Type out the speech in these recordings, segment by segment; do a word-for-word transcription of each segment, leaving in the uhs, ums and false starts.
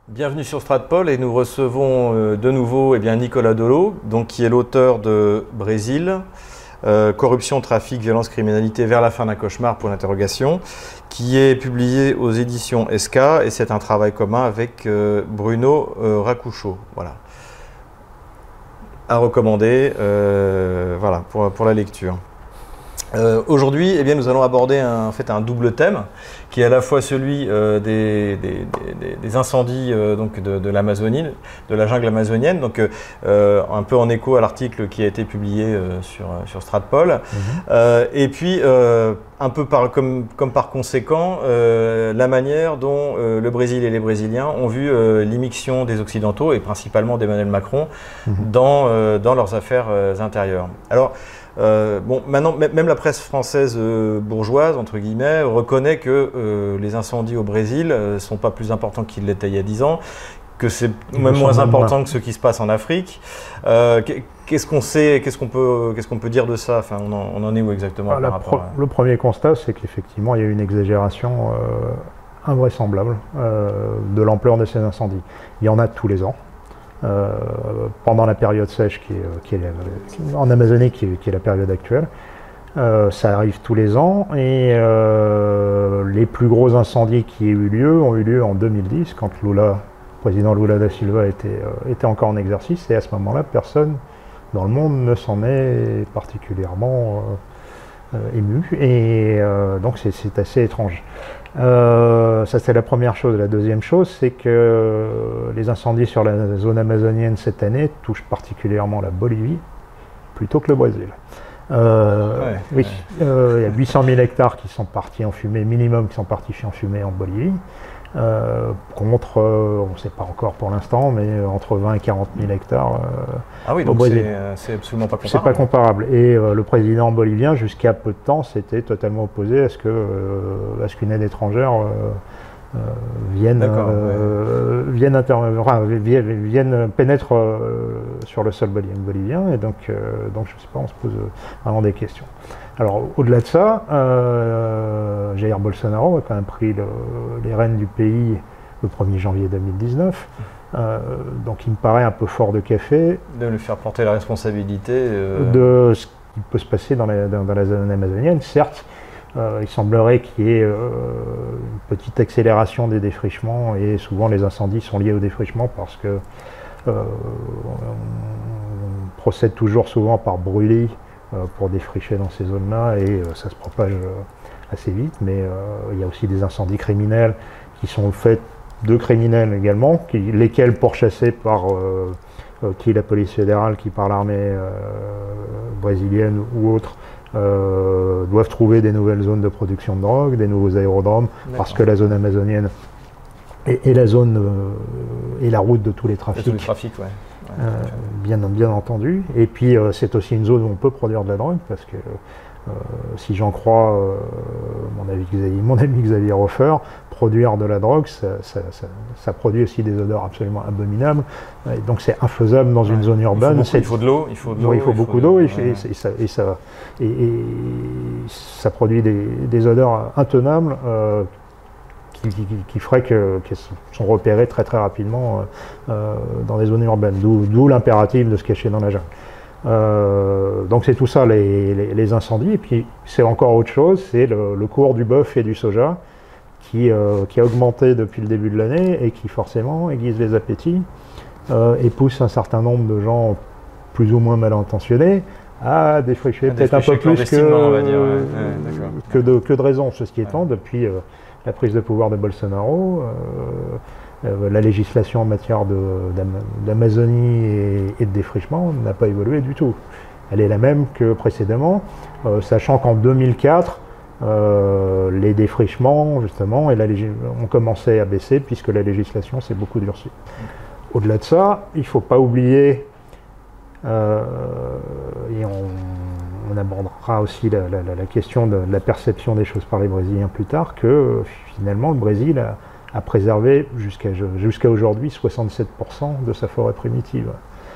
Bienvenue sur Stratpol et nous recevons euh, de nouveau eh bien, Nicolas Dolo, donc, qui est l'auteur de Brésil, euh, Corruption, trafic, violence, criminalité vers la fin d'un cauchemar pour l'interrogation, qui est publié aux éditions S K et c'est un travail commun avec euh, Bruno euh, Racouchot. Voilà. À recommander euh, voilà, pour, pour la lecture. Euh, Aujourd'hui, eh bien, nous allons aborder un, en fait, un double thème qui est à la fois celui euh, des, des, des, des incendies euh, donc de, de l'Amazonie, de la jungle amazonienne, donc euh, un peu en écho à l'article qui a été publié euh, sur, sur Stratpol, mm-hmm. euh, et puis euh, un peu par, comme, comme par conséquent euh, la manière dont euh, le Brésil et les Brésiliens ont vu euh, l'immixtion des Occidentaux et principalement d'Emmanuel Macron mm-hmm. dans, euh, dans leurs affaires euh, intérieures. Alors, Euh, bon, maintenant, même la presse française euh, bourgeoise, entre guillemets, reconnaît que euh, les incendies au Brésil ne euh, sont pas plus importants qu'ils l'étaient il y a dix ans, que c'est même moins important que ce qui se passe en Afrique. Euh, qu'est-ce qu'on sait, qu'est-ce qu'on peut, qu'est-ce qu'on peut dire de ça? Enfin, on en, on en est où exactement ah, par rapport à... Le premier constat, c'est qu'effectivement, il y a eu une exagération euh, invraisemblable euh, de l'ampleur de ces incendies. Il y en a tous les ans. Euh, pendant la période sèche qui est, qui est en Amazonie, qui est, qui est la période actuelle. Euh, ça arrive tous les ans et euh, les plus gros incendies qui ont eu lieu ont eu lieu en deux mille dix quand Lula, le président Lula da Silva était, euh, était encore en exercice et à ce moment-là, personne dans le monde ne s'en est particulièrement euh, euh, ému et euh, donc c'est assez étrange. Euh, ça c'est la première chose. La deuxième chose, c'est que les incendies sur la zone amazonienne cette année touchent particulièrement la Bolivie plutôt que le Brésil. Euh, ouais, oui, ouais. Euh, il y a huit cent mille hectares qui sont partis en fumée, minimum qui sont partis en fumée en Bolivie. Euh, contre, euh, on ne sait pas encore pour l'instant, mais entre vingt et quarante mille hectares euh, ah oui, au Brésil. C'est absolument pas comparable. C'est pas comparable. Et euh, le président bolivien, jusqu'à peu de temps, s'était totalement opposé à ce que, euh, à ce qu'une aide étrangère euh, euh, vienne, euh, ouais. vienne, enfin, vienne, vienne pénètre euh, sur le sol bolivien. Et donc, euh, donc je ne sais pas, on se pose vraiment des questions. Alors, au-delà de ça, euh, Jair Bolsonaro a quand même pris le, les rênes du pays le premier janvier deux mille dix-neuf. Euh, donc, il me paraît un peu fort de café. De lui faire porter la responsabilité euh... de ce qui peut se passer dans la, dans, dans la zone amazonienne. Certes, euh, il semblerait qu'il y ait euh, une petite accélération des défrichements et souvent les incendies sont liés au défrichement parce que euh, on procède toujours souvent par brûlis pour défricher dans ces zones-là et euh, ça se propage euh, assez vite, mais euh, il y a aussi des incendies criminels qui sont faits de criminels également, qui, lesquels pourchassés par euh, euh, qui la police fédérale, qui par l'armée euh, brésilienne ou autre, euh, doivent trouver des nouvelles zones de production de drogue, des nouveaux aérodromes, parce que la zone amazonienne est, est la zone euh, et la route de tous les trafics. De tous les trafics, ouais. Euh, bien, bien entendu, et puis euh, c'est aussi une zone où on peut produire de la drogue parce que euh, si j'en crois euh, mon, ami Xavier, mon ami Xavier Hofer, produire de la drogue ça, ça, ça, ça produit aussi des odeurs absolument abominables et donc c'est infaisable dans ouais. une zone urbaine. Il faut, beaucoup, il faut de l'eau, il faut, de il faut il beaucoup d'eau et, ouais. et, et, ça, et, ça, et, et ça produit des, des odeurs intenables euh, Qui, qui, qui ferait que, qu'elles sont repérées très très rapidement euh, dans des zones urbaines, d'où l'impératif de se cacher dans la jungle. Euh, donc c'est tout ça les, les, les incendies, et puis c'est encore autre chose, c'est le, le cours du bœuf et du soja qui, euh, qui a augmenté depuis le début de l'année et qui forcément aiguise les appétits euh, et pousse un certain nombre de gens plus ou moins mal intentionnés à défricher peut-être un peu plus que, on va dire, ouais. Ouais, que, de, que de raison, ceci étant, ouais. depuis euh, la prise de pouvoir de Bolsonaro, euh, euh, la législation en matière d'Amazonie et, et de défrichement n'a pas évolué du tout. Elle est la même que précédemment, euh, sachant qu'en deux mille quatre, euh, les défrichements, justement, et la ont commencé à baisser puisque la législation s'est beaucoup durcie. Au-delà de ça, il ne faut pas oublier, euh, et on, on abordera aussi la, la, la question de la perception des choses par les Brésiliens plus tard, que finalement le Brésil a, a préservé jusqu'à jusqu'à aujourd'hui soixante-sept pour cent de sa forêt primitive.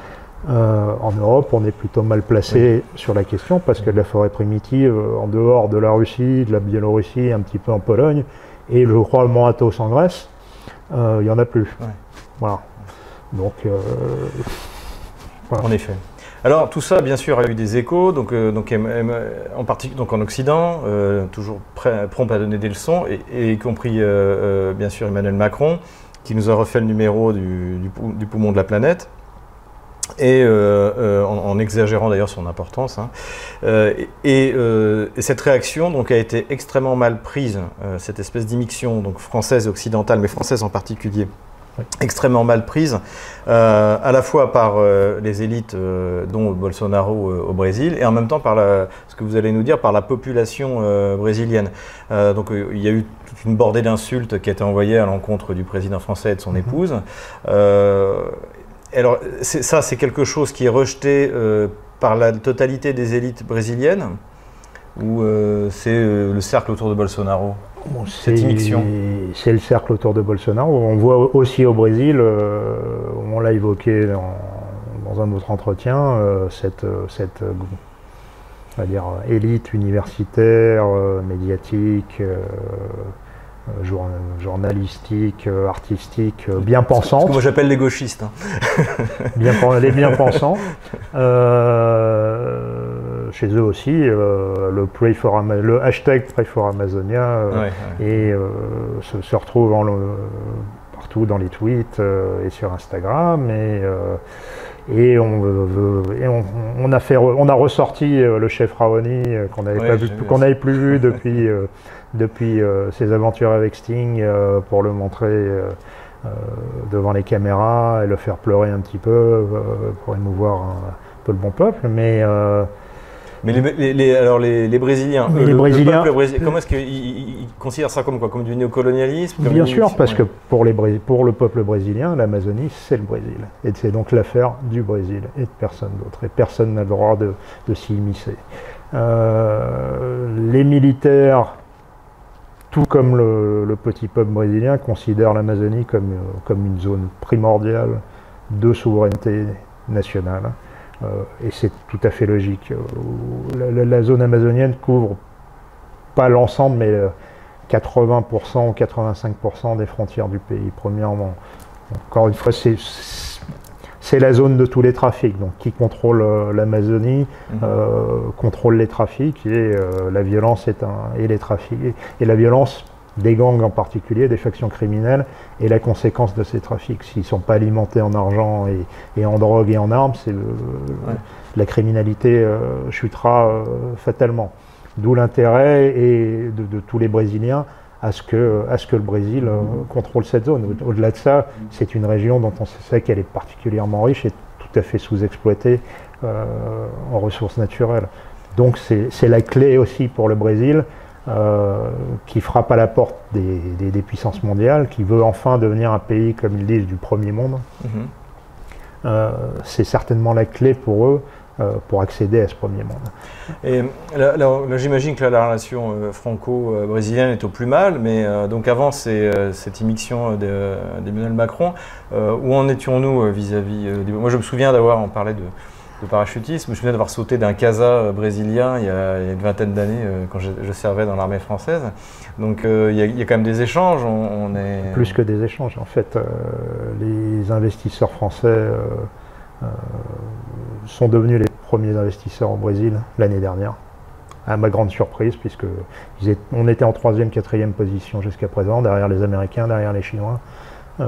Euh, en Europe, on est plutôt mal placé oui. sur la question parce que de la forêt primitive, en dehors de la Russie, de la Biélorussie, un petit peu en Pologne, et je crois le Moratos en Grèce, il euh, n'y en a plus. Ouais. Voilà. Donc, euh, voilà. En effet. Alors tout ça, bien sûr, a eu des échos, donc, euh, donc, en particulier donc en Occident, euh, toujours prêt, prompt à donner des leçons, et, et y compris euh, euh, bien sûr Emmanuel Macron, qui nous a refait le numéro du, du, du poumon de la planète, et euh, euh, en, en exagérant d'ailleurs son importance. Hein. Euh, et, euh, et cette réaction donc, a été extrêmement mal prise, euh, cette espèce d'immixtion donc française et occidentale, mais française en particulier, extrêmement mal prise, euh, à la fois par euh, les élites, euh, dont Bolsonaro euh, au Brésil, et en même temps par la, ce que vous allez nous dire, par la population euh, brésilienne. Euh, donc euh, il y a eu toute une bordée d'insultes qui a été envoyée à l'encontre du président français et de son mmh. épouse. Euh, alors ça, c'est quelque chose qui est rejeté euh, par la totalité des élites brésiliennes, ou euh, c'est euh, le cercle autour de Bolsonaro? Bon, c'est le cercle autour de Bolsonaro. On voit aussi au Brésil, euh, on l'a évoqué dans, dans un autre entretien, euh, cette, cette euh, on va dire, élite universitaire, euh, médiatique, euh, jour, journalistique, euh, artistique, euh, bien pensante. Ce que moi j'appelle les gauchistes. Hein. Bien, les bien pensants. Euh, chez eux aussi, euh, le, pray for Ama le hashtag Pray for Amazonia euh, ouais, ouais. Et, euh, se, se retrouve en, euh, partout dans les tweets euh, et sur Instagram. Et, euh, et, on, euh, et on, on, a fait, on a ressorti euh, le chef Raoni euh, qu'on n'avait ouais, qu'on n'avait plus vu depuis, euh, depuis euh, ses aventures avec Sting euh, pour le montrer euh, euh, devant les caméras et le faire pleurer un petit peu euh, pour émouvoir un, un peu le bon peuple. Mais euh, Mais les, les, les, alors les, les Brésiliens, mais euh, les le, Brésiliens, le peuple, comment est-ce qu'ils considèrent ça comme quoi? Comme du néocolonialisme? Comme bien une sûr, émission, parce ouais. que pour, les, pour le peuple brésilien, l'Amazonie, c'est le Brésil. Et c'est donc l'affaire du Brésil et de personne d'autre. Et personne n'a le droit de, de s'y immiscer. Euh, les militaires, tout comme le, le petit peuple brésilien, considèrent l'Amazonie comme, comme une zone primordiale de souveraineté nationale. Euh, et c'est tout à fait logique. La, la, la zone amazonienne couvre pas l'ensemble, mais quatre-vingts pour cent ou quatre-vingt-cinq pour cent des frontières du pays, premièrement. Encore une fois, c'est la zone de tous les trafics. Donc, qui contrôle euh, l'Amazonie, mmh. euh, contrôle les trafics, et euh, la violence est un, et les trafics. Et, et la violence des gangs en particulier, des factions criminelles, et la conséquence de ces trafics. S'ils ne sont pas alimentés en argent et, et en drogue et en armes, c'est ouais. la criminalité euh, chutera euh, fatalement. D'où l'intérêt de, de tous les Brésiliens à ce que, à ce que le Brésil euh, contrôle cette zone. Au-delà de ça, c'est une région dont on sait qu'elle est particulièrement riche et tout à fait sous-exploitée euh, en ressources naturelles. Donc c'est la clé aussi pour le Brésil, Euh, qui frappe à la porte des, des, des puissances mondiales, qui veut enfin devenir un pays, comme ils disent, du premier monde. Mm-hmm. euh, c'est certainement la clé pour eux euh, pour accéder à ce premier monde. Et là, là, là j'imagine que là, la relation euh, franco-brésilienne est au plus mal, mais euh, donc avant ces, euh, cette immixtion d'Emmanuel Macron, euh, où en étions-nous vis-à-vis euh, des... Moi je me souviens d'avoir, on parlait de de parachutisme. Je me souviens d'avoir sauté d'un casa brésilien il y a, il y a une vingtaine d'années euh, quand je, je servais dans l'armée française. Donc euh, il, y a, il y a quand même des échanges. On, on est... Plus que des échanges. En fait, euh, les investisseurs français euh, euh, sont devenus les premiers investisseurs au Brésil l'année dernière. À ma grande surprise, puisque ils étaient, on était en troisième, quatrième position jusqu'à présent, derrière les Américains, derrière les Chinois. Euh,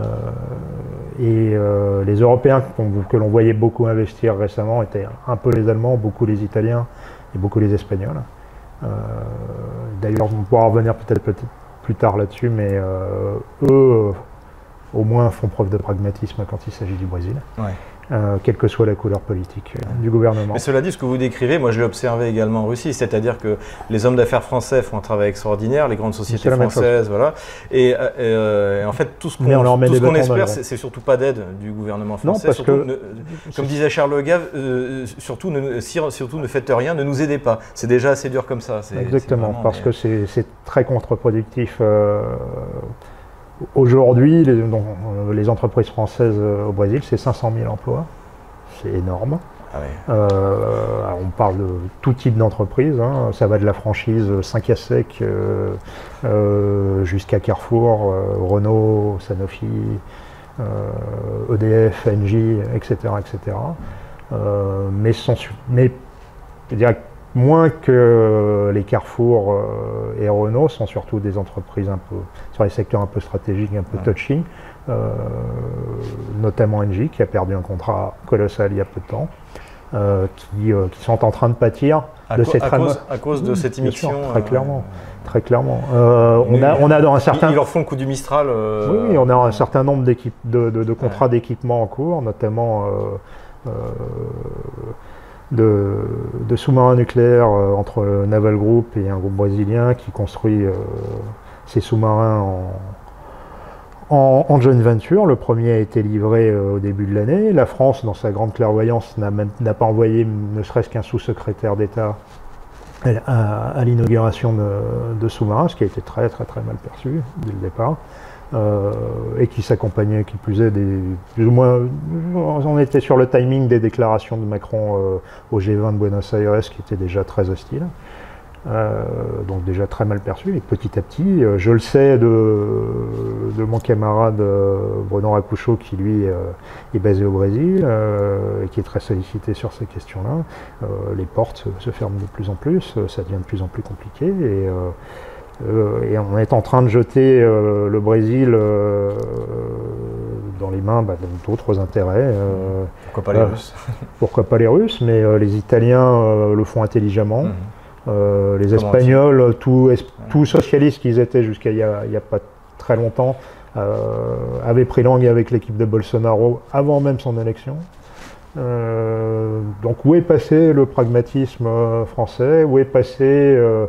et euh, les Européens que l'on voyait beaucoup investir récemment étaient un peu les Allemands, beaucoup les Italiens et beaucoup les Espagnols. Euh, D'ailleurs, on pourra revenir peut-être peut plus tard là-dessus, mais euh, eux, au moins, font preuve de pragmatisme quand il s'agit du Brésil. Ouais. Euh, quelle que soit la couleur politique euh, du gouvernement. Mais cela dit, ce que vous décrivez, moi je l'ai observé également en Russie, c'est-à-dire que les hommes d'affaires français font un travail extraordinaire, les grandes sociétés françaises, voilà. Et, euh, et en fait, tout ce qu'on qu espère, c'est surtout pas d'aide du gouvernement français. Non, parce que, ne, comme disait Charles Le Gave, euh, surtout, ne, surtout ne faites rien, ne nous aidez pas. C'est déjà assez dur comme ça. Exactement, vraiment, parce mais... que c'est très contre-productif. Euh, Aujourd'hui, les, les entreprises françaises au Brésil, c'est cinq cent mille emplois. C'est énorme. Ah ouais. euh, alors on parle de tout type d'entreprise. Hein. Ça va de la franchise cinq à sec euh, euh, jusqu'à Carrefour, euh, Renault, Sanofi, E D F, Engie, et cetera, et cetera. Euh, mais sont, mais je dirais que moins que les Carrefour euh, et Renault, sont surtout des entreprises un peu sur les secteurs un peu stratégiques, un peu ouais. touchy, euh, notamment Engie qui a perdu un contrat colossal il y a peu de temps. Euh, qui, euh, qui sont en train de pâtir à de co cette à cause, à cause de oui, cette émission. Sûr, très euh, clairement, très clairement. Euh, on a, on a dans un certain. Ils leur font le coup du Mistral. Euh... Oui, oui, on a un certain nombre d'équipes, de, de, de contrats ouais. d'équipement en cours, notamment euh, euh, de, de sous-marins nucléaires euh, entre le Naval Group et un groupe brésilien qui construit euh, ces sous-marins en. En, en joint venture, le premier a été livré euh, au début de l'année. La France, dans sa grande clairvoyance, n'a pas envoyé ne serait-ce qu'un sous-secrétaire d'État à, à l'inauguration de, de sous-marins, ce qui a été très très très mal perçu dès le départ, euh, et qui s'accompagnait, qui plus est, des, plus ou moins, on était sur le timing des déclarations de Macron euh, au G vingt de Buenos Aires, qui était déjà très hostile. Euh, donc déjà très mal perçu, et petit à petit, euh, je le sais de, de mon camarade euh, Bruno Racouchot, qui lui euh, est basé au Brésil euh, et qui est très sollicité sur ces questions-là, euh, les portes se, se ferment de plus en plus, ça devient de plus en plus compliqué, et, euh, euh, et on est en train de jeter euh, le Brésil euh, dans les mains bah, d'autres intérêts. Euh, pourquoi pas les euh, Russes Pourquoi pas les Russes, mais euh, les Italiens euh, le font intelligemment. Mmh. Euh, les Comment Espagnols, tout, tout socialistes qu'ils étaient jusqu'à il n'y a, a pas très longtemps, euh, avaient pris langue avec l'équipe de Bolsonaro avant même son élection. Euh, donc où est passé le pragmatisme euh, français? Où est passé euh,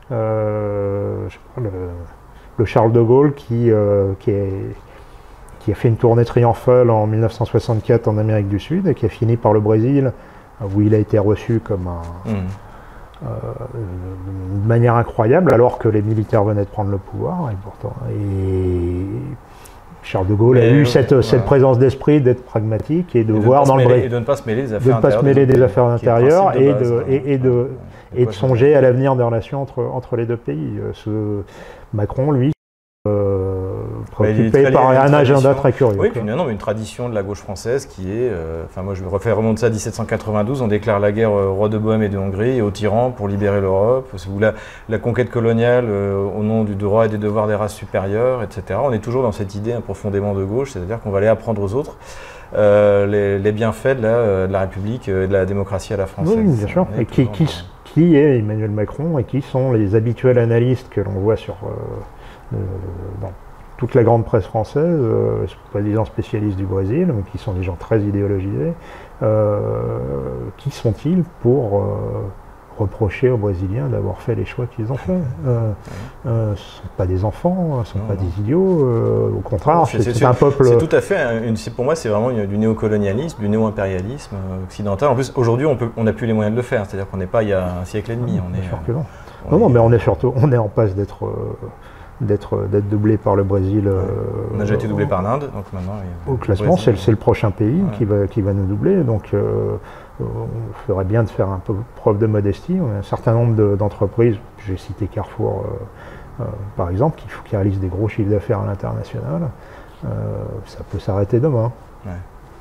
euh, je sais pas, le, le Charles de Gaulle qui, euh, qui, est, qui a fait une tournée triomphale en mille neuf cent soixante-quatre en Amérique du Sud et qui a fini par le Brésil, où il a été reçu comme un... Mmh. Euh, de manière incroyable, alors que les militaires venaient de prendre le pouvoir, et pourtant, et Charles de Gaulle Mais a eu cette, ouais. cette présence d'esprit d'être pragmatique et de, et de voir dans le Brésil. Et de ne pas se mêler des affaires de ne pas se mêler des affaires intérieures et de, base, et, et de, ouais, et de songer à l'avenir des relations entre, entre les deux pays. Ce Macron, lui, euh, préoccupé par un agenda très curieux. Oui, puis non, mais une tradition de la gauche française qui est, euh, enfin moi je refais remonter ça à mille sept cent quatre-vingt-douze, on déclare la guerre au roi de Bohême et de Hongrie et aux tyrans pour libérer l'Europe, la, la conquête coloniale euh, au nom du droit et des devoirs des races supérieures, et cetera. On est toujours dans cette idée hein, profondément de gauche, c'est-à-dire qu'on va aller apprendre aux autres euh, les, les bienfaits de la, de la République et de la démocratie à la française. Oui, bien sûr. Et qui, qui, qui est Emmanuel Macron et qui sont les habituels analystes que l'on voit sur... Euh, euh, dans toute la grande presse française, euh, soi-disant spécialistes du Brésil, mais qui sont des gens très idéologisés, euh, qui sont-ils pour euh, reprocher aux Brésiliens d'avoir fait les choix qu'ils ont faits? euh, euh, Ce ne sont pas des enfants, ce ne sont non, pas non. des idiots, euh, au contraire, c'est un peuple... C'est tout à fait, une, pour moi c'est vraiment une, du néocolonialisme, du néo-impérialisme occidental. En plus, aujourd'hui, on n'a plus les moyens de le faire, c'est-à-dire qu'on n'est pas il y a un siècle et demi. Non, on est, sûr que non. On non, est, non, mais on est surtout, on est en passe d'être... Euh, d'être doublé par le Brésil. Ouais. Euh, on a déjà été doublé par l'Inde, donc maintenant... Au classement, c'est le, le prochain pays ouais. qui, va, qui va nous doubler, donc euh, on ferait bien de faire un peu preuve de modestie. On a un certain nombre d'entreprises, de, j'ai cité Carrefour euh, euh, par exemple, qui, qui réalisent des gros chiffres d'affaires à l'international. Euh, ça peut s'arrêter demain. Ouais.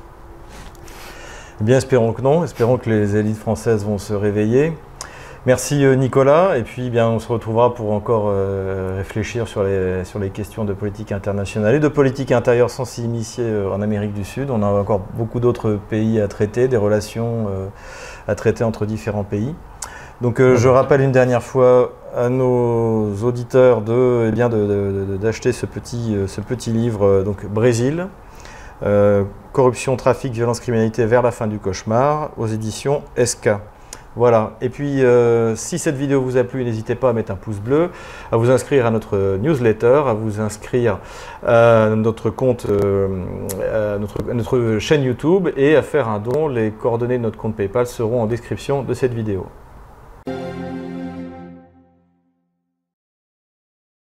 Eh bien, espérons que non, espérons que les élites françaises vont se réveiller. Merci Nicolas, et puis bien, on se retrouvera pour encore euh, réfléchir sur les, sur les questions de politique internationale et de politique intérieure sans s'y initier euh, en Amérique du Sud. On a encore beaucoup d'autres pays à traiter, des relations euh, à traiter entre différents pays. Donc euh, je rappelle une dernière fois à nos auditeurs de, eh bien, de, de, de, d'acheter ce petit, ce petit livre, euh, donc Brésil, euh, Corruption, trafic, violence, criminalité vers la fin du cauchemar, aux éditions S K. Voilà, et puis euh, si cette vidéo vous a plu, n'hésitez pas à mettre un pouce bleu, à vous inscrire à notre newsletter, à vous inscrire à notre compte, euh, à notre, à notre chaîne YouTube et à faire un don. Les coordonnées de notre compte PayPal seront en description de cette vidéo.